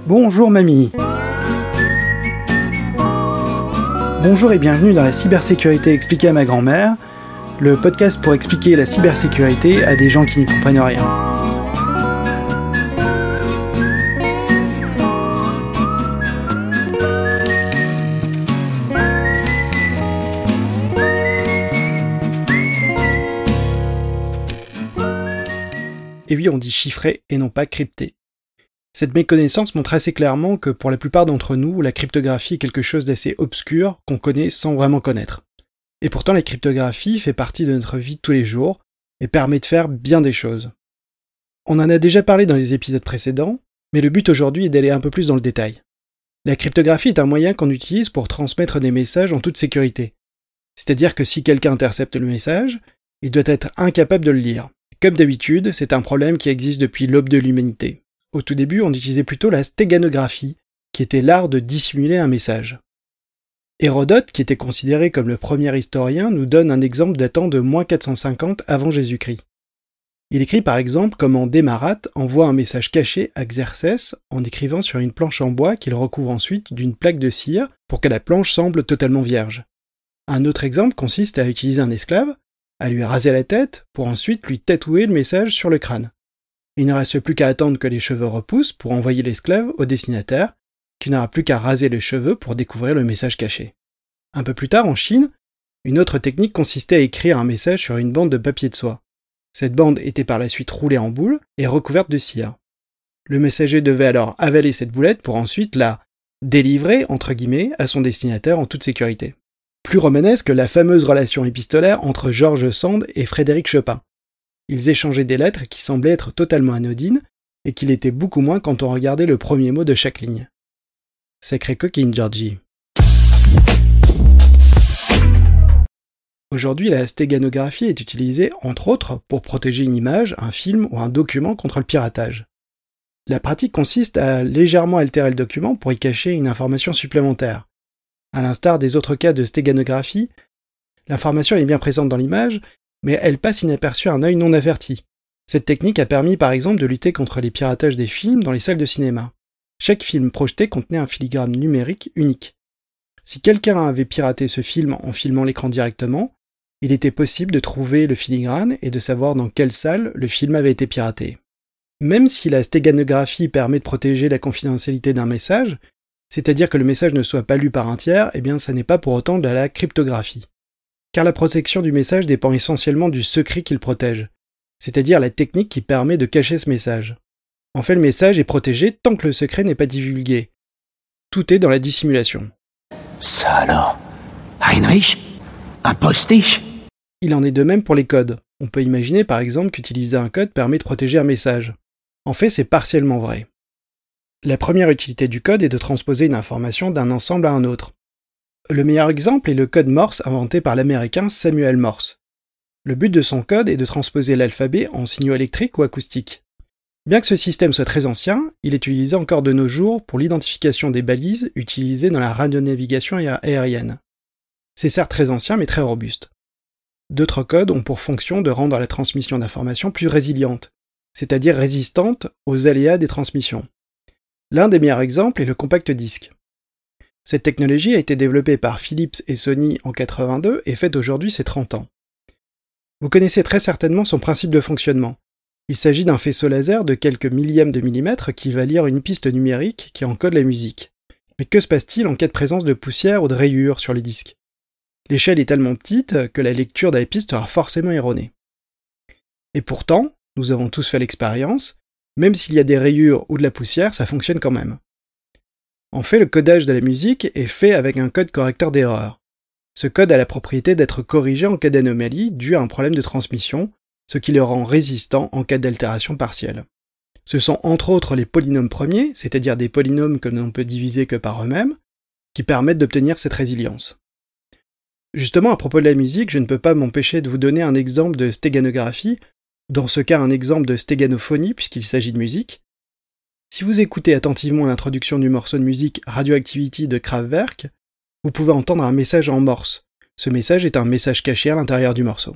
Bonjour mamie. Bonjour et bienvenue dans la cybersécurité expliquée à ma grand-mère, le podcast pour expliquer la cybersécurité à des gens qui n'y comprennent rien. Et oui, on dit chiffré et non pas crypté. Cette méconnaissance montre assez clairement que pour la plupart d'entre nous, la cryptographie est quelque chose d'assez obscur qu'on connaît sans vraiment connaître. Et pourtant, la cryptographie fait partie de notre vie de tous les jours et permet de faire bien des choses. On en a déjà parlé dans les épisodes précédents, mais le but aujourd'hui est d'aller un peu plus dans le détail. La cryptographie est un moyen qu'on utilise pour transmettre des messages en toute sécurité. C'est-à-dire que si quelqu'un intercepte le message, il doit être incapable de le lire. Comme d'habitude, c'est un problème qui existe depuis l'aube de l'humanité. Au tout début, on utilisait plutôt la stéganographie, qui était l'art de dissimuler un message. Hérodote, qui était considéré comme le premier historien, nous donne un exemple datant de -450 avant Jésus-Christ. Il écrit par exemple comment Démarate envoie un message caché à Xerxès en écrivant sur une planche en bois qu'il recouvre ensuite d'une plaque de cire pour que la planche semble totalement vierge. Un autre exemple consiste à utiliser un esclave, à lui raser la tête pour ensuite lui tatouer le message sur le crâne. Il ne reste plus qu'à attendre que les cheveux repoussent pour envoyer l'esclave au destinataire, qui n'aura plus qu'à raser les cheveux pour découvrir le message caché. Un peu plus tard, en Chine, une autre technique consistait à écrire un message sur une bande de papier de soie. Cette bande était par la suite roulée en boule et recouverte de cire. Le messager devait alors avaler cette boulette pour ensuite la « délivrer » entre guillemets à son destinataire en toute sécurité. Plus romanesque, la fameuse relation épistolaire entre George Sand et Frédéric Chopin. Ils échangeaient des lettres qui semblaient être totalement anodines, et qui l'étaient beaucoup moins quand on regardait le premier mot de chaque ligne. Sacré coquine, Georgie. Aujourd'hui, la stéganographie est utilisée, entre autres, pour protéger une image, un film ou un document contre le piratage. La pratique consiste à légèrement altérer le document pour y cacher une information supplémentaire. À l'instar des autres cas de stéganographie, l'information est bien présente dans l'image, mais elle passe inaperçue à un œil non averti. Cette technique a permis par exemple de lutter contre les piratages des films dans les salles de cinéma. Chaque film projeté contenait un filigrane numérique unique. Si quelqu'un avait piraté ce film en filmant l'écran directement, il était possible de trouver le filigrane et de savoir dans quelle salle le film avait été piraté. Même si la stéganographie permet de protéger la confidentialité d'un message, c'est-à-dire que le message ne soit pas lu par un tiers, eh bien ça n'est pas pour autant de la cryptographie. Car la protection du message dépend essentiellement du secret qu'il protège, c'est-à-dire la technique qui permet de cacher ce message. En fait, le message est protégé tant que le secret n'est pas divulgué. Tout est dans la dissimulation. Ça alors, Heinrich? Un postiche? Il en est de même pour les codes. On peut imaginer par exemple qu'utiliser un code permet de protéger un message. En fait, c'est partiellement vrai. La première utilité du code est de transposer une information d'un ensemble à un autre. Le meilleur exemple est le code Morse inventé par l'américain Samuel Morse. Le but de son code est de transposer l'alphabet en signaux électriques ou acoustiques. Bien que ce système soit très ancien, il est utilisé encore de nos jours pour l'identification des balises utilisées dans la radionavigation aérienne. C'est certes très ancien mais très robuste. D'autres codes ont pour fonction de rendre la transmission d'informations plus résiliente, c'est-à-dire résistante aux aléas des transmissions. L'un des meilleurs exemples est le compact disque. Cette technologie a été développée par Philips et Sony en 1982 et fête aujourd'hui ses 30 ans. Vous connaissez très certainement son principe de fonctionnement. Il s'agit d'un faisceau laser de quelques millièmes de millimètre qui va lire une piste numérique qui encode la musique. Mais que se passe-t-il en cas de présence de poussière ou de rayures sur les disques? L'échelle est tellement petite que la lecture de la piste sera forcément erronée. Et pourtant, nous avons tous fait l'expérience, même s'il y a des rayures ou de la poussière, ça fonctionne quand même. En fait, le codage de la musique est fait avec un code correcteur d'erreur. Ce code a la propriété d'être corrigé en cas d'anomalie due à un problème de transmission, ce qui le rend résistant en cas d'altération partielle. Ce sont entre autres les polynômes premiers, c'est-à-dire des polynômes que l'on peut diviser que par eux-mêmes, qui permettent d'obtenir cette résilience. Justement, à propos de la musique, je ne peux pas m'empêcher de vous donner un exemple de stéganographie, dans ce cas un exemple de stéganophonie puisqu'il s'agit de musique. Si vous écoutez attentivement l'introduction du morceau de musique Radioactivity de Kraftwerk, vous pouvez entendre un message en morse. Ce message est un message caché à l'intérieur du morceau.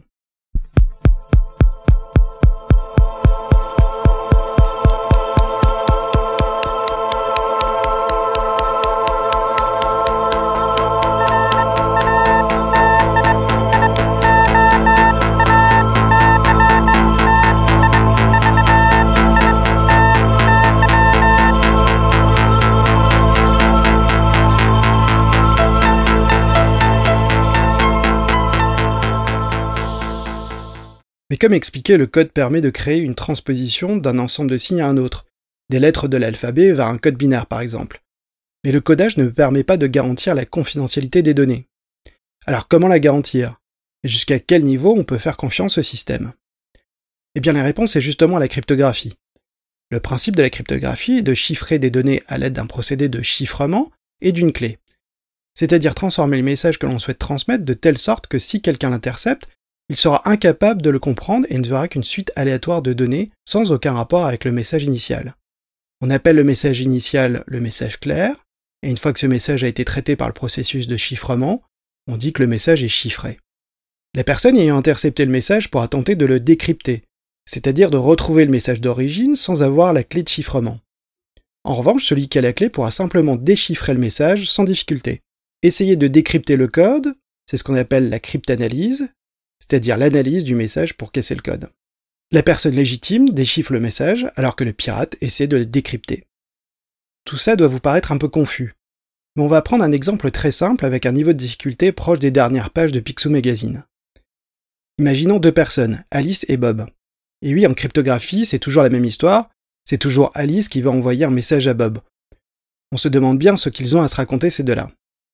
Mais comme expliqué, le code permet de créer une transposition d'un ensemble de signes à un autre, des lettres de l'alphabet vers un code binaire par exemple. Mais le codage ne permet pas de garantir la confidentialité des données. Alors comment la garantir? Et jusqu'à quel niveau on peut faire confiance au système? Eh bien la réponse est justement la cryptographie. Le principe de la cryptographie est de chiffrer des données à l'aide d'un procédé de chiffrement et d'une clé. C'est-à-dire transformer le message que l'on souhaite transmettre de telle sorte que si quelqu'un l'intercepte, il sera incapable de le comprendre et ne verra qu'une suite aléatoire de données sans aucun rapport avec le message initial. On appelle le message initial le message clair, et une fois que ce message a été traité par le processus de chiffrement, on dit que le message est chiffré. La personne ayant intercepté le message pourra tenter de le décrypter, c'est-à-dire de retrouver le message d'origine sans avoir la clé de chiffrement. En revanche, celui qui a la clé pourra simplement déchiffrer le message sans difficulté. Essayer de décrypter le code, c'est ce qu'on appelle la cryptanalyse, c'est-à-dire l'analyse du message pour casser le code. La personne légitime déchiffre le message alors que le pirate essaie de le décrypter. Tout ça doit vous paraître un peu confus, mais on va prendre un exemple très simple avec un niveau de difficulté proche des dernières pages de Picsou Magazine. Imaginons deux personnes, Alice et Bob. Et oui, en cryptographie, c'est toujours la même histoire, c'est toujours Alice qui va envoyer un message à Bob. On se demande bien ce qu'ils ont à se raconter ces deux-là.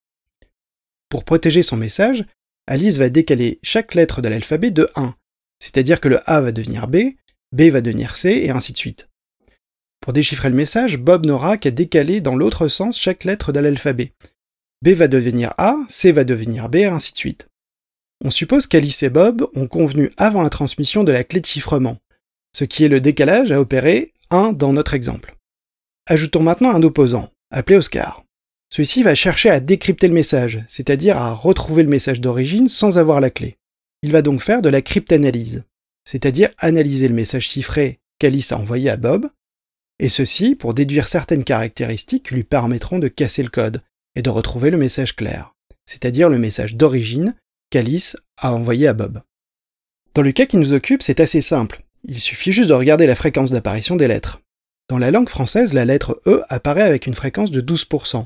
Pour protéger son message, Alice va décaler chaque lettre de l'alphabet de 1, c'est-à-dire que le A va devenir B, B va devenir C, et ainsi de suite. Pour déchiffrer le message, Bob n'aura qu'à décaler dans l'autre sens chaque lettre de l'alphabet. B va devenir A, C va devenir B, et ainsi de suite. On suppose qu'Alice et Bob ont convenu avant la transmission de la clé de chiffrement, ce qui est le décalage à opérer 1 dans notre exemple. Ajoutons maintenant un opposant, appelé Oscar. Celui-ci va chercher à décrypter le message, c'est-à-dire à retrouver le message d'origine sans avoir la clé. Il va donc faire de la cryptanalyse, c'est-à-dire analyser le message chiffré qu'Alice a envoyé à Bob, et ceci pour déduire certaines caractéristiques qui lui permettront de casser le code et de retrouver le message clair, c'est-à-dire le message d'origine qu'Alice a envoyé à Bob. Dans le cas qui nous occupe, c'est assez simple, il suffit juste de regarder la fréquence d'apparition des lettres. Dans la langue française, la lettre E apparaît avec une fréquence de 12%.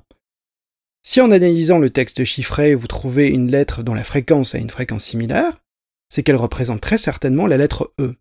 Si en analysant le texte chiffré, vous trouvez une lettre dont la fréquence a une fréquence similaire, c'est qu'elle représente très certainement la lettre E.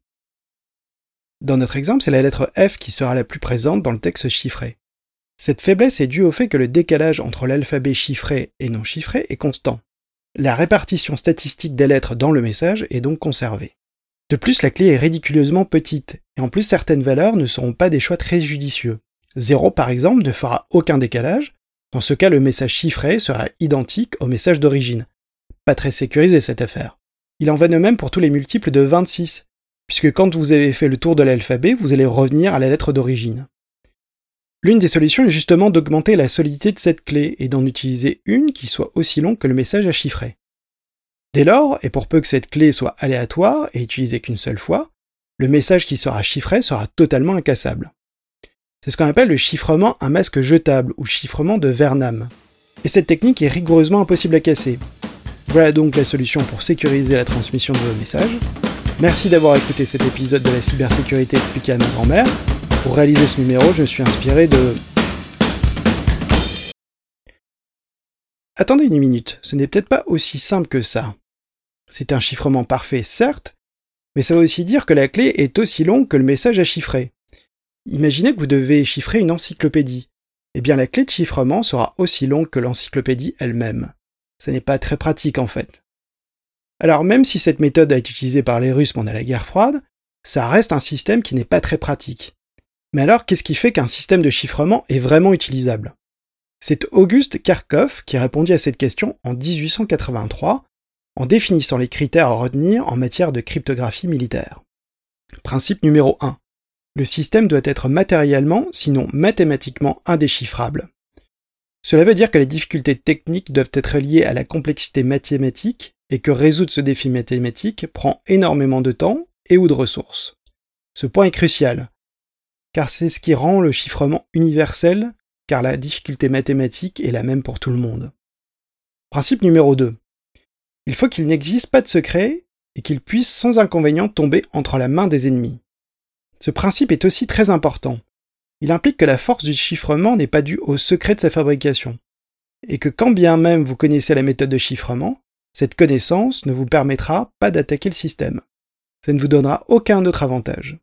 Dans notre exemple, c'est la lettre F qui sera la plus présente dans le texte chiffré. Cette faiblesse est due au fait que le décalage entre l'alphabet chiffré et non chiffré est constant. La répartition statistique des lettres dans le message est donc conservée. De plus, la clé est ridiculeusement petite, et en plus certaines valeurs ne seront pas des choix très judicieux. 0 par exemple ne fera aucun décalage, dans ce cas le message chiffré sera identique au message d'origine. Pas très sécurisé cette affaire. Il en va de même pour tous les multiples de 26, puisque quand vous avez fait le tour de l'alphabet, vous allez revenir à la lettre d'origine. L'une des solutions est justement d'augmenter la solidité de cette clé et d'en utiliser une qui soit aussi longue que le message à chiffrer. Dès lors, et pour peu que cette clé soit aléatoire et utilisée qu'une seule fois, le message qui sera chiffré sera totalement incassable. C'est ce qu'on appelle le chiffrement à masque jetable ou chiffrement de Vernam. Et cette technique est rigoureusement impossible à casser. Voilà donc la solution pour sécuriser la transmission de vos messages. Merci d'avoir écouté cet épisode de la cybersécurité expliquée à ma grand-mère. Pour réaliser ce numéro, je me suis inspiré de... Attendez une minute, ce n'est peut-être pas aussi simple que ça. C'est un chiffrement parfait, certes, mais ça veut aussi dire que la clé est aussi longue que le message à chiffrer. Imaginez que vous devez chiffrer une encyclopédie. Eh bien la clé de chiffrement sera aussi longue que l'encyclopédie elle-même. Ce n'est pas très pratique en fait. Alors même si cette méthode a été utilisée par les Russes pendant la guerre froide, ça reste un système qui n'est pas très pratique. Mais alors qu'est-ce qui fait qu'un système de chiffrement est vraiment utilisable? C'est Auguste Kharkov qui répondit à cette question en 1883, en définissant les critères à retenir en matière de cryptographie militaire. Principe numéro 1. Le système doit être matériellement, sinon mathématiquement, indéchiffrable. Cela veut dire que les difficultés techniques doivent être liées à la complexité mathématique et que résoudre ce défi mathématique prend énormément de temps et ou de ressources. Ce point est crucial, car c'est ce qui rend le chiffrement universel, car la difficulté mathématique est la même pour tout le monde. Principe numéro 2. Il faut qu'il n'existe pas de secret et qu'il puisse sans inconvénient tomber entre la main des ennemis. Ce principe est aussi très important. Il implique que la force du chiffrement n'est pas due au secret de sa fabrication, et que quand bien même vous connaissez la méthode de chiffrement, cette connaissance ne vous permettra pas d'attaquer le système. Ça ne vous donnera aucun autre avantage.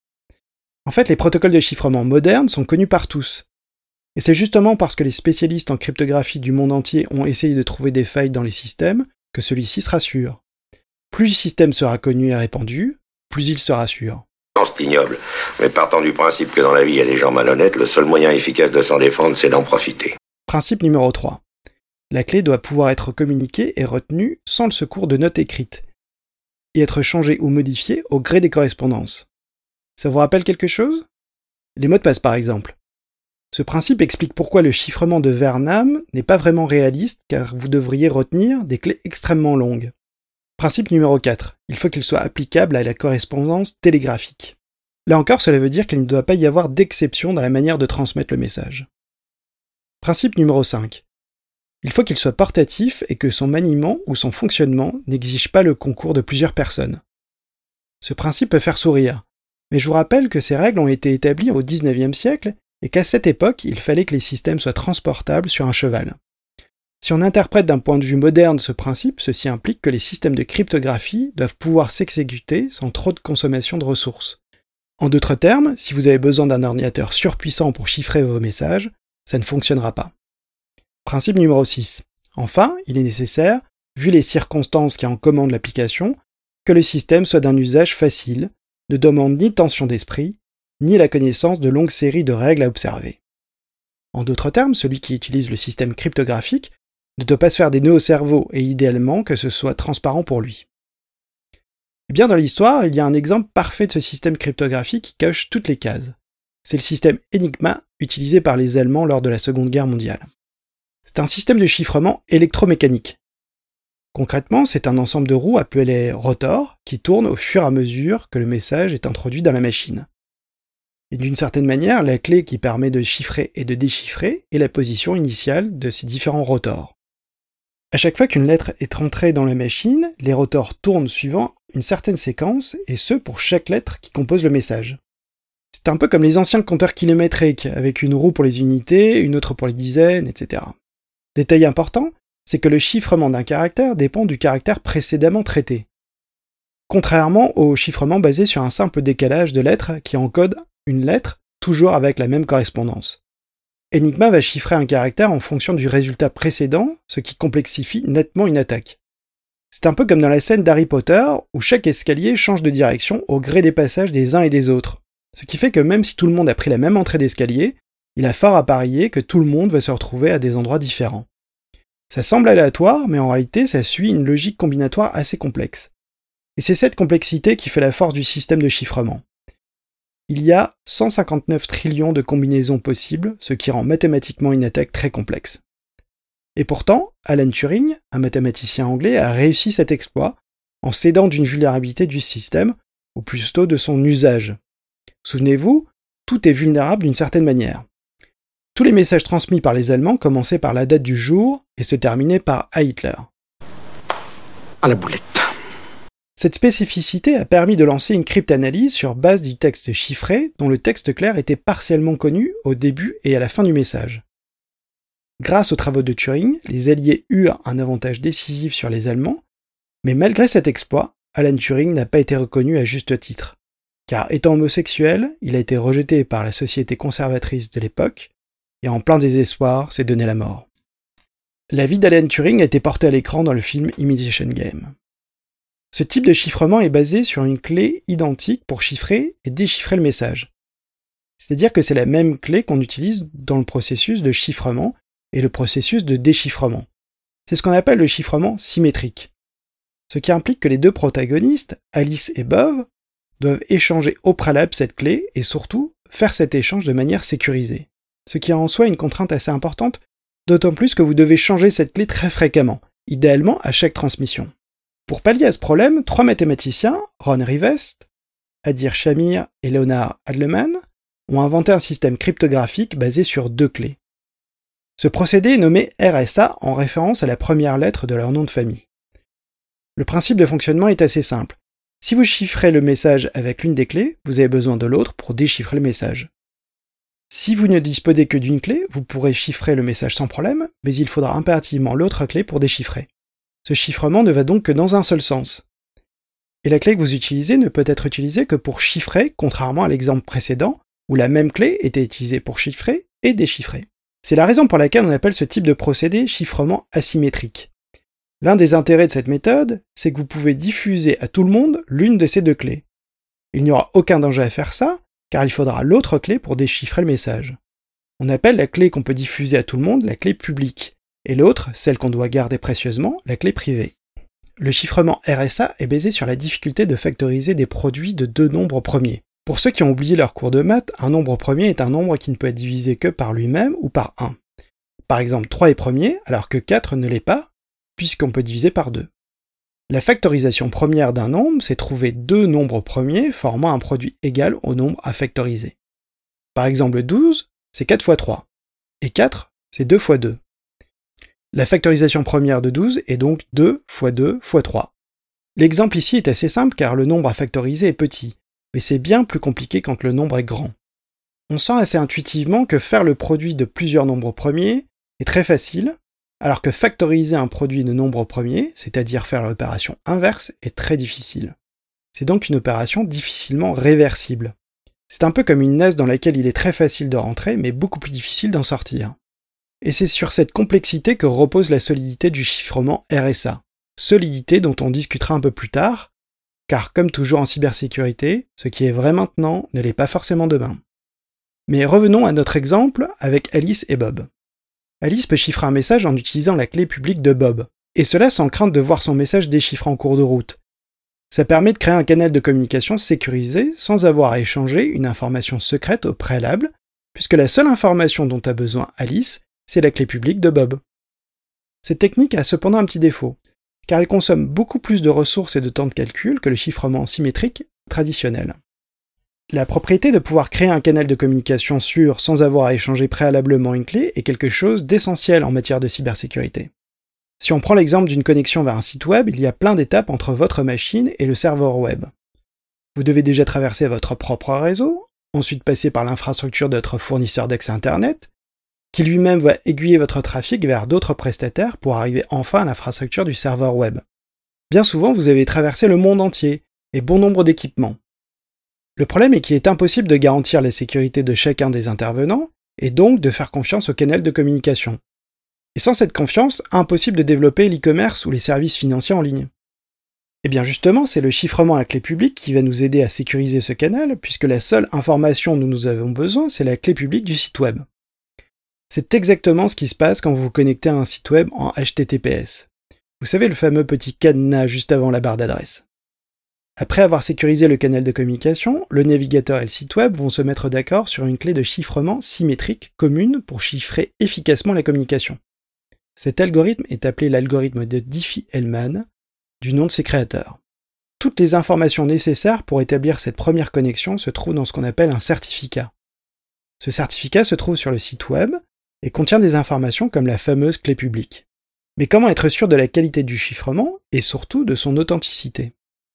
En fait, les protocoles de chiffrement modernes sont connus par tous. Et c'est justement parce que les spécialistes en cryptographie du monde entier ont essayé de trouver des failles dans les systèmes que celui-ci sera sûr. Plus le système sera connu et répandu, plus il sera sûr. C'est ignoble, mais partant du principe que dans la vie il y a des gens malhonnêtes, le seul moyen efficace de s'en défendre, c'est d'en profiter. Principe numéro 3. La clé doit pouvoir être communiquée et retenue sans le secours de notes écrites, et être changée ou modifiée au gré des correspondances. Ça vous rappelle quelque chose? Les mots de passe par exemple. Ce principe explique pourquoi le chiffrement de Vernam n'est pas vraiment réaliste, car vous devriez retenir des clés extrêmement longues. Principe numéro 4. Il faut qu'il soit applicable à la correspondance télégraphique. Là encore, cela veut dire qu'il ne doit pas y avoir d'exception dans la manière de transmettre le message. Principe numéro 5. Il faut qu'il soit portatif et que son maniement ou son fonctionnement n'exige pas le concours de plusieurs personnes. Ce principe peut faire sourire, mais je vous rappelle que ces règles ont été établies au XIXe siècle et qu'à cette époque, il fallait que les systèmes soient transportables sur un cheval. Si on interprète d'un point de vue moderne ce principe, ceci implique que les systèmes de cryptographie doivent pouvoir s'exécuter sans trop de consommation de ressources. En d'autres termes, si vous avez besoin d'un ordinateur surpuissant pour chiffrer vos messages, ça ne fonctionnera pas. Principe numéro 6. Enfin, il est nécessaire, vu les circonstances qui en commandent l'application, que le système soit d'un usage facile, ne demande ni tension d'esprit, ni la connaissance de longues séries de règles à observer. En d'autres termes, celui qui utilise le système cryptographique ne doit pas se faire des nœuds au cerveau et idéalement que ce soit transparent pour lui. Et bien dans l'histoire, il y a un exemple parfait de ce système cryptographique qui coche toutes les cases. C'est le système Enigma utilisé par les Allemands lors de la Seconde Guerre mondiale. C'est un système de chiffrement électromécanique. Concrètement, c'est un ensemble de roues appelées rotors qui tournent au fur et à mesure que le message est introduit dans la machine. Et d'une certaine manière, la clé qui permet de chiffrer et de déchiffrer est la position initiale de ces différents rotors. À chaque fois qu'une lettre est rentrée dans la machine, les rotors tournent suivant une certaine séquence, et ce pour chaque lettre qui compose le message. C'est un peu comme les anciens compteurs kilométriques, avec une roue pour les unités, une autre pour les dizaines, etc. Détail important, c'est que le chiffrement d'un caractère dépend du caractère précédemment traité. Contrairement au chiffrement basé sur un simple décalage de lettres qui encode une lettre, toujours avec la même correspondance. Enigma va chiffrer un caractère en fonction du résultat précédent, ce qui complexifie nettement une attaque. C'est un peu comme dans la scène d'Harry Potter, où chaque escalier change de direction au gré des passages des uns et des autres. Ce qui fait que même si tout le monde a pris la même entrée d'escalier, il a fort à parier que tout le monde va se retrouver à des endroits différents. Ça semble aléatoire, mais en réalité ça suit une logique combinatoire assez complexe. Et c'est cette complexité qui fait la force du système de chiffrement. Il y a 159 trillions de combinaisons possibles, ce qui rend mathématiquement une attaque très complexe. Et pourtant, Alan Turing, un mathématicien anglais, a réussi cet exploit en s'aidant d'une vulnérabilité du système, ou plutôt de son usage. Souvenez-vous, tout est vulnérable d'une certaine manière. Tous les messages transmis par les Allemands commençaient par la date du jour et se terminaient par « à Hitler ». À la boulette. Cette spécificité a permis de lancer une cryptanalyse sur base du texte chiffré dont le texte clair était partiellement connu au début et à la fin du message. Grâce aux travaux de Turing, les Alliés eurent un avantage décisif sur les Allemands, mais malgré cet exploit, Alan Turing n'a pas été reconnu à juste titre, car étant homosexuel, il a été rejeté par la société conservatrice de l'époque, et en plein désespoir, s'est donné la mort. La vie d'Alan Turing a été portée à l'écran dans le film Imitation Game. Ce type de chiffrement est basé sur une clé identique pour chiffrer et déchiffrer le message. C'est-à-dire que c'est la même clé qu'on utilise dans le processus de chiffrement et le processus de déchiffrement. C'est ce qu'on appelle le chiffrement symétrique. Ce qui implique que les deux protagonistes, Alice et Bob, doivent échanger au préalable cette clé et surtout faire cet échange de manière sécurisée. Ce qui est en soi une contrainte assez importante, d'autant plus que vous devez changer cette clé très fréquemment, idéalement à chaque transmission. Pour pallier à ce problème, 3 mathématiciens, Ron Rivest, Adir Shamir et Leonard Adleman, ont inventé un système cryptographique basé sur 2 clés. Ce procédé est nommé RSA en référence à la première lettre de leur nom de famille. Le principe de fonctionnement est assez simple. Si vous chiffrez le message avec l'une des clés, vous avez besoin de l'autre pour déchiffrer le message. Si vous ne disposez que d'une clé, vous pourrez chiffrer le message sans problème, mais il faudra impérativement l'autre clé pour déchiffrer. Ce chiffrement ne va donc que dans un seul sens. Et la clé que vous utilisez ne peut être utilisée que pour chiffrer, contrairement à l'exemple précédent, où la même clé était utilisée pour chiffrer et déchiffrer. C'est la raison pour laquelle on appelle ce type de procédé chiffrement asymétrique. L'un des intérêts de cette méthode, c'est que vous pouvez diffuser à tout le monde l'une de ces deux clés. Il n'y aura aucun danger à faire ça, car il faudra l'autre clé pour déchiffrer le message. On appelle la clé qu'on peut diffuser à tout le monde la clé publique, et l'autre, celle qu'on doit garder précieusement, la clé privée. Le chiffrement RSA est basé sur la difficulté de factoriser des produits de deux nombres premiers. Pour ceux qui ont oublié leur cours de maths, un nombre premier est un nombre qui ne peut être divisé que par lui-même ou par 1. Par exemple, 3 est premier, alors que 4 ne l'est pas, puisqu'on peut diviser par 2. La factorisation première d'un nombre, c'est trouver deux nombres premiers formant un produit égal au nombre à factoriser. Par exemple, 12, c'est 4 fois 3, et 4, c'est 2 fois 2. La factorisation première de 12 est donc 2 fois 2 fois 3. L'exemple ici est assez simple car le nombre à factoriser est petit, mais c'est bien plus compliqué quand le nombre est grand. On sent assez intuitivement que faire le produit de plusieurs nombres premiers est très facile, alors que factoriser un produit de nombres premiers, c'est-à-dire faire l'opération inverse, est très difficile. C'est donc une opération difficilement réversible. C'est un peu comme une NAS dans laquelle il est très facile de rentrer, mais beaucoup plus difficile d'en sortir. Et c'est sur cette complexité que repose la solidité du chiffrement RSA. Solidité dont on discutera un peu plus tard, car comme toujours en cybersécurité, ce qui est vrai maintenant ne l'est pas forcément demain. Mais revenons à notre exemple avec Alice et Bob. Alice peut chiffrer un message en utilisant la clé publique de Bob, et cela sans crainte de voir son message déchiffré en cours de route. Ça permet de créer un canal de communication sécurisé sans avoir à échanger une information secrète au préalable, puisque la seule information dont a besoin Alice, c'est la clé publique de Bob. Cette technique a cependant un petit défaut, car elle consomme beaucoup plus de ressources et de temps de calcul que le chiffrement symétrique traditionnel. La propriété de pouvoir créer un canal de communication sûr sans avoir à échanger préalablement une clé est quelque chose d'essentiel en matière de cybersécurité. Si on prend l'exemple d'une connexion vers un site web, il y a plein d'étapes entre votre machine et le serveur web. Vous devez déjà traverser votre propre réseau, ensuite passer par l'infrastructure de votre fournisseur d'accès Internet, qui lui-même va aiguiller votre trafic vers d'autres prestataires pour arriver enfin à l'infrastructure du serveur web. Bien souvent, vous avez traversé le monde entier, et bon nombre d'équipements. Le problème est qu'il est impossible de garantir la sécurité de chacun des intervenants, et donc de faire confiance au canal de communication. Et sans cette confiance, impossible de développer l'e-commerce ou les services financiers en ligne. Et bien justement, c'est le chiffrement à clé publique qui va nous aider à sécuriser ce canal, puisque la seule information dont nous avons besoin, c'est la clé publique du site web. C'est exactement ce qui se passe quand vous vous connectez à un site web en HTTPS. Vous savez, le fameux petit cadenas juste avant la barre d'adresse. Après avoir sécurisé le canal de communication, le navigateur et le site web vont se mettre d'accord sur une clé de chiffrement symétrique commune pour chiffrer efficacement la communication. Cet algorithme est appelé l'algorithme de Diffie-Hellman, du nom de ses créateurs. Toutes les informations nécessaires pour établir cette première connexion se trouvent dans ce qu'on appelle un certificat. Ce certificat se trouve sur le site web et contient des informations comme la fameuse clé publique. Mais comment être sûr de la qualité du chiffrement et surtout de son authenticité ?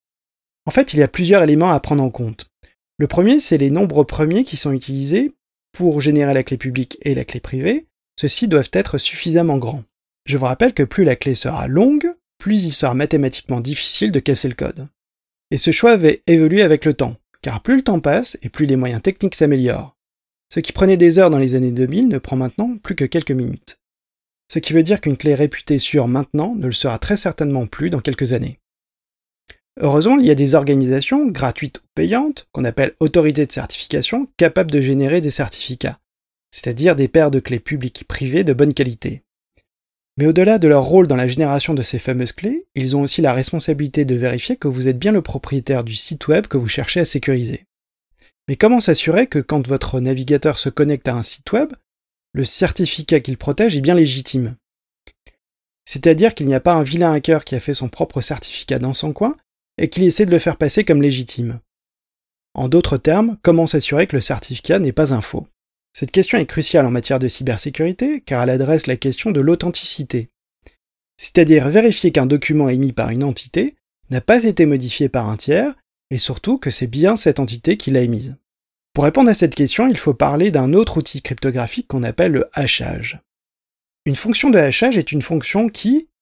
En fait, il y a plusieurs éléments à prendre en compte. Le premier, c'est les nombres premiers qui sont utilisés pour générer la clé publique et la clé privée. Ceux-ci doivent être suffisamment grands. Je vous rappelle que plus la clé sera longue, plus il sera mathématiquement difficile de casser le code. Et ce choix va évoluer avec le temps, car plus le temps passe et plus les moyens techniques s'améliorent. Ce qui prenait des heures dans les années 2000 ne prend maintenant plus que quelques minutes. Ce qui veut dire qu'une clé réputée sûre maintenant ne le sera très certainement plus dans quelques années. Heureusement, il y a des organisations, gratuites ou payantes, qu'on appelle autorités de certification, capables de générer des certificats, c'est-à-dire des paires de clés publiques privées de bonne qualité. Mais au-delà de leur rôle dans la génération de ces fameuses clés, ils ont aussi la responsabilité de vérifier que vous êtes bien le propriétaire du site web que vous cherchez à sécuriser. Mais comment s'assurer que quand votre navigateur se connecte à un site web, le certificat qu'il protège est bien légitime ? C'est-à-dire qu'il n'y a pas un vilain hacker qui a fait son propre certificat dans son coin et qu'il essaie de le faire passer comme légitime. En d'autres termes, comment s'assurer que le certificat n'est pas un faux ? Cette question est cruciale en matière de cybersécurité car elle adresse la question de l'authenticité. C'est-à-dire vérifier qu'un document émis par une entité n'a pas été modifié par un tiers et surtout que c'est bien cette entité qui l'a émise. Pour répondre à cette question, il faut parler d'un autre outil cryptographique qu'on appelle le hachage. Une fonction de hachage est une fonction qui,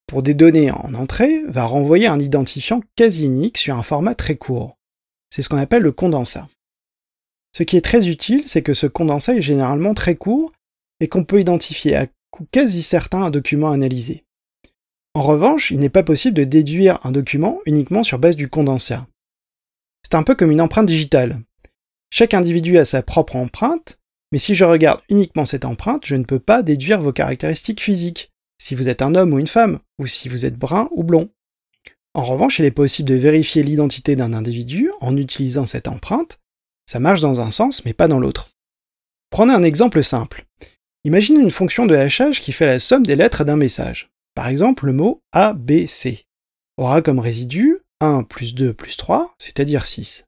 pour des données en entrée, va renvoyer un identifiant quasi unique sur un format très court. C'est ce qu'on appelle le condensat. Ce qui est très utile, c'est que ce condensat est généralement très court et qu'on peut identifier à coup quasi certain un document analysé. En revanche, il n'est pas possible de déduire un document uniquement sur base du condensat. C'est un peu comme une empreinte digitale. Chaque individu a sa propre empreinte, mais si je regarde uniquement cette empreinte, je ne peux pas déduire vos caractéristiques physiques, si vous êtes un homme ou une femme, ou si vous êtes brun ou blond. En revanche, il est possible de vérifier l'identité d'un individu en utilisant cette empreinte. Ça marche dans un sens, mais pas dans l'autre. Prenez un exemple simple. Imaginez une fonction de hachage qui fait la somme des lettres d'un message. Par exemple, le mot ABC aura comme résidu 1 plus 2 plus 3, c'est-à-dire 6.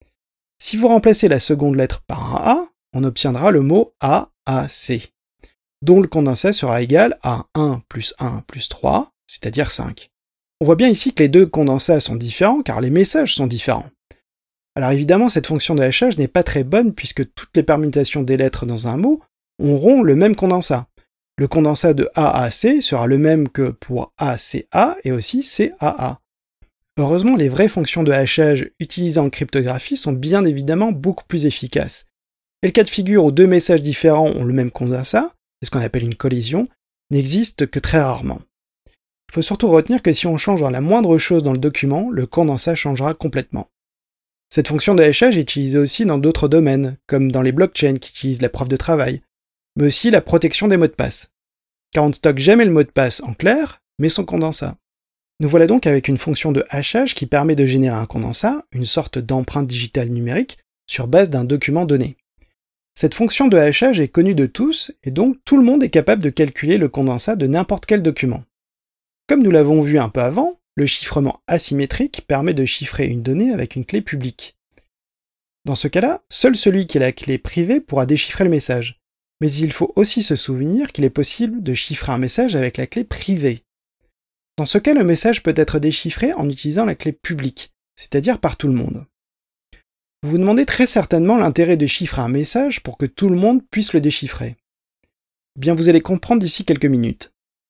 Si vous remplacez la seconde lettre par un A, on obtiendra le mot AAC, dont le condensat sera égal à 1 plus 3, c'est-à-dire 5. On voit bien ici que les deux condensats sont différents car les messages sont différents. Alors évidemment, cette fonction de hachage n'est pas très bonne puisque toutes les permutations des lettres dans un mot auront le même condensat. Le condensat de AAC sera le même que pour ACA et aussi CAA. Heureusement, les vraies fonctions de hachage utilisées en cryptographie sont bien évidemment beaucoup plus efficaces. Et le cas de figure où deux messages différents ont le même condensat, c'est ce qu'on appelle une collision, n'existe que très rarement. Il faut surtout retenir que si on change la moindre chose dans le document, le condensat changera complètement. Cette fonction de hachage est utilisée aussi dans d'autres domaines, comme dans les blockchains qui utilisent la preuve de travail, mais aussi la protection des mots de passe. Car on ne stocke jamais le mot de passe en clair, mais son condensat. Nous voilà donc avec une fonction de hachage qui permet de générer un condensat, une sorte d'empreinte digitale numérique, sur base d'un document donné. Cette fonction de hachage est connue de tous, et donc tout le monde est capable de calculer le condensat de n'importe quel document. Comme nous l'avons vu un peu avant, le chiffrement asymétrique permet de chiffrer une donnée avec une clé publique. Dans ce cas-là, seul celui qui a la clé privée pourra déchiffrer le message. Mais il faut aussi se souvenir qu'il est possible de chiffrer un message avec la clé privée. Dans ce cas, le message peut être déchiffré en utilisant la clé publique, c'est-à-dire par tout le monde. Vous vous demandez très certainement l'intérêt de chiffrer un message pour que tout le monde puisse le déchiffrer. Bien, vous allez comprendre d'ici quelques minutes.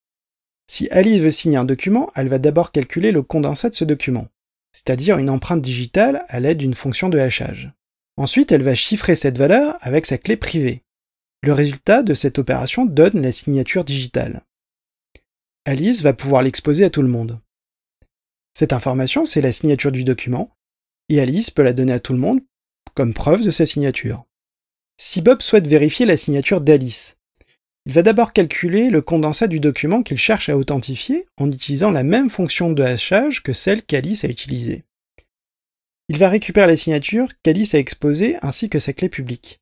Si Alice veut signer un document, elle va d'abord calculer le condensat de ce document, c'est-à-dire une empreinte digitale à l'aide d'une fonction de hachage. Ensuite, elle va chiffrer cette valeur avec sa clé privée. Le résultat de cette opération donne la signature digitale. Alice va pouvoir l'exposer à tout le monde. Cette information, c'est la signature du document, et Alice peut la donner à tout le monde comme preuve de sa signature. Si Bob souhaite vérifier la signature d'Alice, il va d'abord calculer le condensat du document qu'il cherche à authentifier en utilisant la même fonction de hachage que celle qu'Alice a utilisée. Il va récupérer la signature qu'Alice a exposée ainsi que sa clé publique.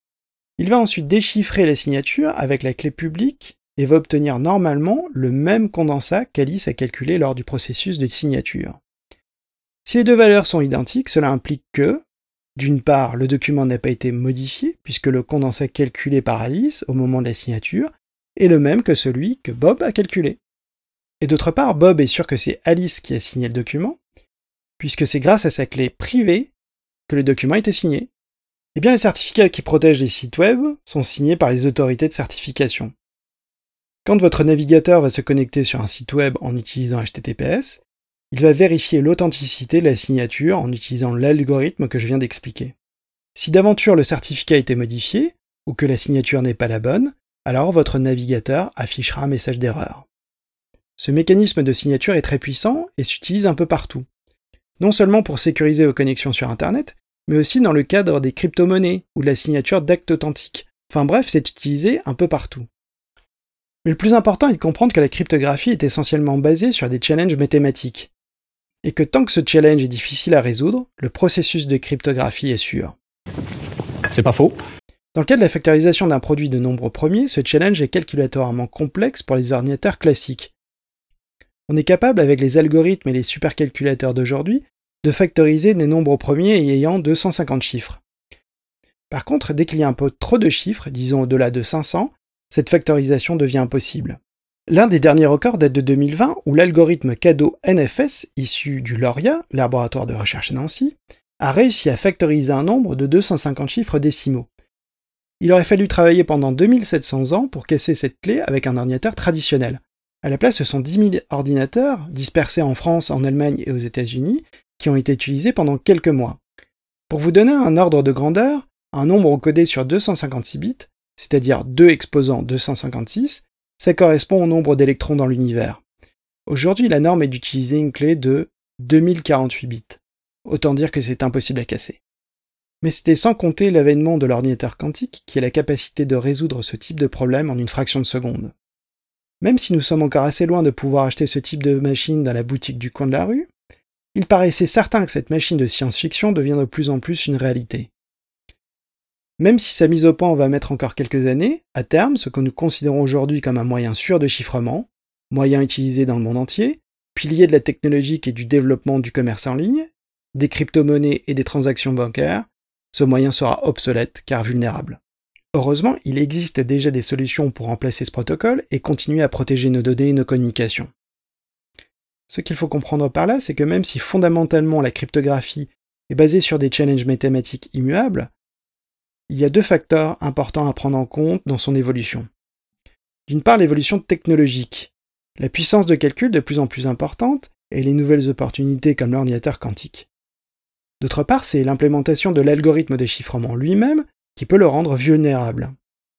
Il va ensuite déchiffrer la signature avec la clé publique et va obtenir normalement le même condensat qu'Alice a calculé lors du processus de signature. Si les deux valeurs sont identiques, cela implique que, d'une part, le document n'a pas été modifié, puisque le condensat calculé par Alice au moment de la signature est le même que celui que Bob a calculé. Et d'autre part, Bob est sûr que c'est Alice qui a signé le document, puisque c'est grâce à sa clé privée que le document a été signé. Eh bien, les certificats qui protègent les sites web sont signés par les autorités de certification. Quand votre navigateur va se connecter sur un site web en utilisant HTTPS, il va vérifier l'authenticité de la signature en utilisant l'algorithme que je viens d'expliquer. Si d'aventure le certificat a été modifié, ou que la signature n'est pas la bonne, alors votre navigateur affichera un message d'erreur. Ce mécanisme de signature est très puissant et s'utilise un peu partout. Non seulement pour sécuriser vos connexions sur Internet, mais aussi dans le cadre des crypto-monnaies ou de la signature d'actes authentiques. Enfin bref, c'est utilisé un peu partout. Mais le plus important est de comprendre que la cryptographie est essentiellement basée sur des challenges mathématiques, et que tant que ce challenge est difficile à résoudre, le processus de cryptographie est sûr. C'est pas faux. Dans le cas de la factorisation d'un produit de nombres premiers, ce challenge est calculatoriquement complexe pour les ordinateurs classiques. On est capable, avec les algorithmes et les supercalculateurs d'aujourd'hui, de factoriser des nombres premiers ayant 250 chiffres. Par contre, dès qu'il y a un peu trop de chiffres, disons au-delà de 500, cette factorisation devient impossible. L'un des derniers records date de 2020, où l'algorithme CADO-NFS, issu du Lauria, laboratoire de recherche à Nancy, a réussi à factoriser un nombre de 250 chiffres décimaux. Il aurait fallu travailler pendant 2700 ans pour casser cette clé avec un ordinateur traditionnel. À la place, ce sont 10 000 ordinateurs, dispersés en France, en Allemagne et aux États-Unis, qui ont été utilisés pendant quelques mois. Pour vous donner un ordre de grandeur, un nombre codé sur 256 bits, c'est-à-dire 2 exposant 256, ça correspond au nombre d'électrons dans l'univers. Aujourd'hui, la norme est d'utiliser une clé de 2048 bits. Autant dire que c'est impossible à casser. Mais c'était sans compter l'avènement de l'ordinateur quantique qui a la capacité de résoudre ce type de problème en une fraction de seconde. Même si nous sommes encore assez loin de pouvoir acheter ce type de machine dans la boutique du coin de la rue, il paraissait certain que cette machine de science-fiction devient de plus en plus une réalité. Même si sa mise au point va mettre encore quelques années, à terme, ce que nous considérons aujourd'hui comme un moyen sûr de chiffrement, moyen utilisé dans le monde entier, pilier de la technologie et du développement du commerce en ligne, des crypto-monnaies et des transactions bancaires, ce moyen sera obsolète car vulnérable. Heureusement, il existe déjà des solutions pour remplacer ce protocole et continuer à protéger nos données et nos communications. Ce qu'il faut comprendre par là, c'est que même si fondamentalement la cryptographie est basée sur des challenges mathématiques immuables, il y a deux facteurs importants à prendre en compte dans son évolution. D'une part, l'évolution technologique, la puissance de calcul de plus en plus importante et les nouvelles opportunités comme l'ordinateur quantique. D'autre part, c'est l'implémentation de l'algorithme de chiffrement lui-même qui peut le rendre vulnérable.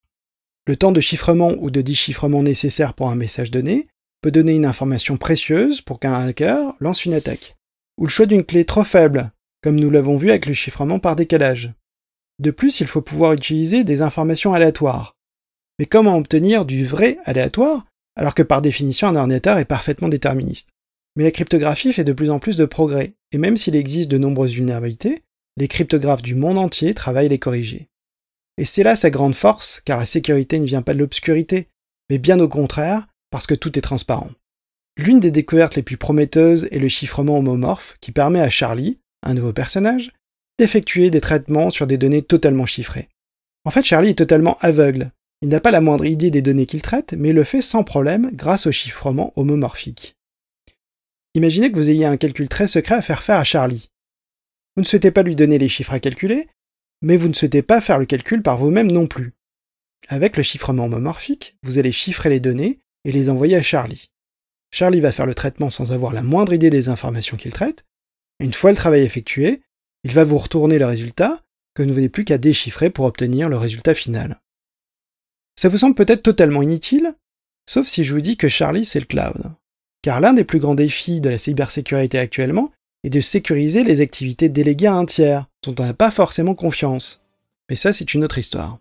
Le temps de chiffrement ou de déchiffrement nécessaire pour un message donné peut donner une information précieuse pour qu'un hacker lance une attaque. Ou le choix d'une clé trop faible, comme nous l'avons vu avec le chiffrement par décalage. De plus, il faut pouvoir utiliser des informations aléatoires. Mais comment obtenir du vrai aléatoire, alors que par définition un ordinateur est parfaitement déterministe? Mais la cryptographie fait de plus en plus de progrès, et même s'il existe de nombreuses vulnérabilités, les cryptographes du monde entier travaillent à les corriger. Et c'est là sa grande force, car la sécurité ne vient pas de l'obscurité, mais bien au contraire, parce que tout est transparent. L'une des découvertes les plus prometteuses est le chiffrement homomorphe, qui permet à Charlie, un nouveau personnage, d'effectuer des traitements sur des données totalement chiffrées. En fait, Charlie est totalement aveugle. Il n'a pas la moindre idée des données qu'il traite, mais il le fait sans problème grâce au chiffrement homomorphique. Imaginez que vous ayez un calcul très secret à faire à Charlie. Vous ne souhaitez pas lui donner les chiffres à calculer, mais vous ne souhaitez pas faire le calcul par vous-même non plus. Avec le chiffrement homomorphique, vous allez chiffrer les données et les envoyer à Charlie. Charlie va faire le traitement sans avoir la moindre idée des informations qu'il traite. Une fois le travail effectué, il va vous retourner le résultat que vous n'avez plus qu'à déchiffrer pour obtenir le résultat final. Ça vous semble peut-être totalement inutile, sauf si je vous dis que Charlie c'est le cloud. Car l'un des plus grands défis de la cybersécurité actuellement est de sécuriser les activités déléguées à un tiers, dont on n'a pas forcément confiance. Mais ça, c'est une autre histoire.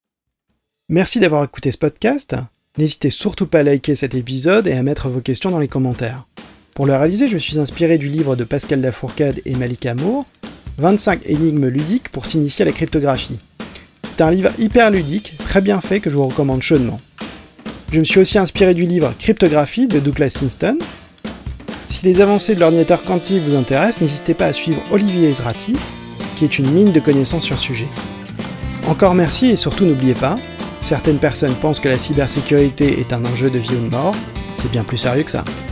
Merci d'avoir écouté ce podcast. N'hésitez surtout pas à liker cet épisode et à mettre vos questions dans les commentaires. Pour le réaliser, je me suis inspiré du livre de Pascal Lafourcade et Malika Moore, 25 énigmes ludiques pour s'initier à la cryptographie. C'est un livre hyper ludique, très bien fait, que je vous recommande chaudement. Je me suis aussi inspiré du livre Cryptographie de Douglas Inston. Si les avancées de l'ordinateur quantique vous intéressent, n'hésitez pas à suivre Olivier Ezrati, qui est une mine de connaissances sur le sujet. Encore merci et surtout n'oubliez pas, certaines personnes pensent que la cybersécurité est un enjeu de vie ou de mort, c'est bien plus sérieux que ça.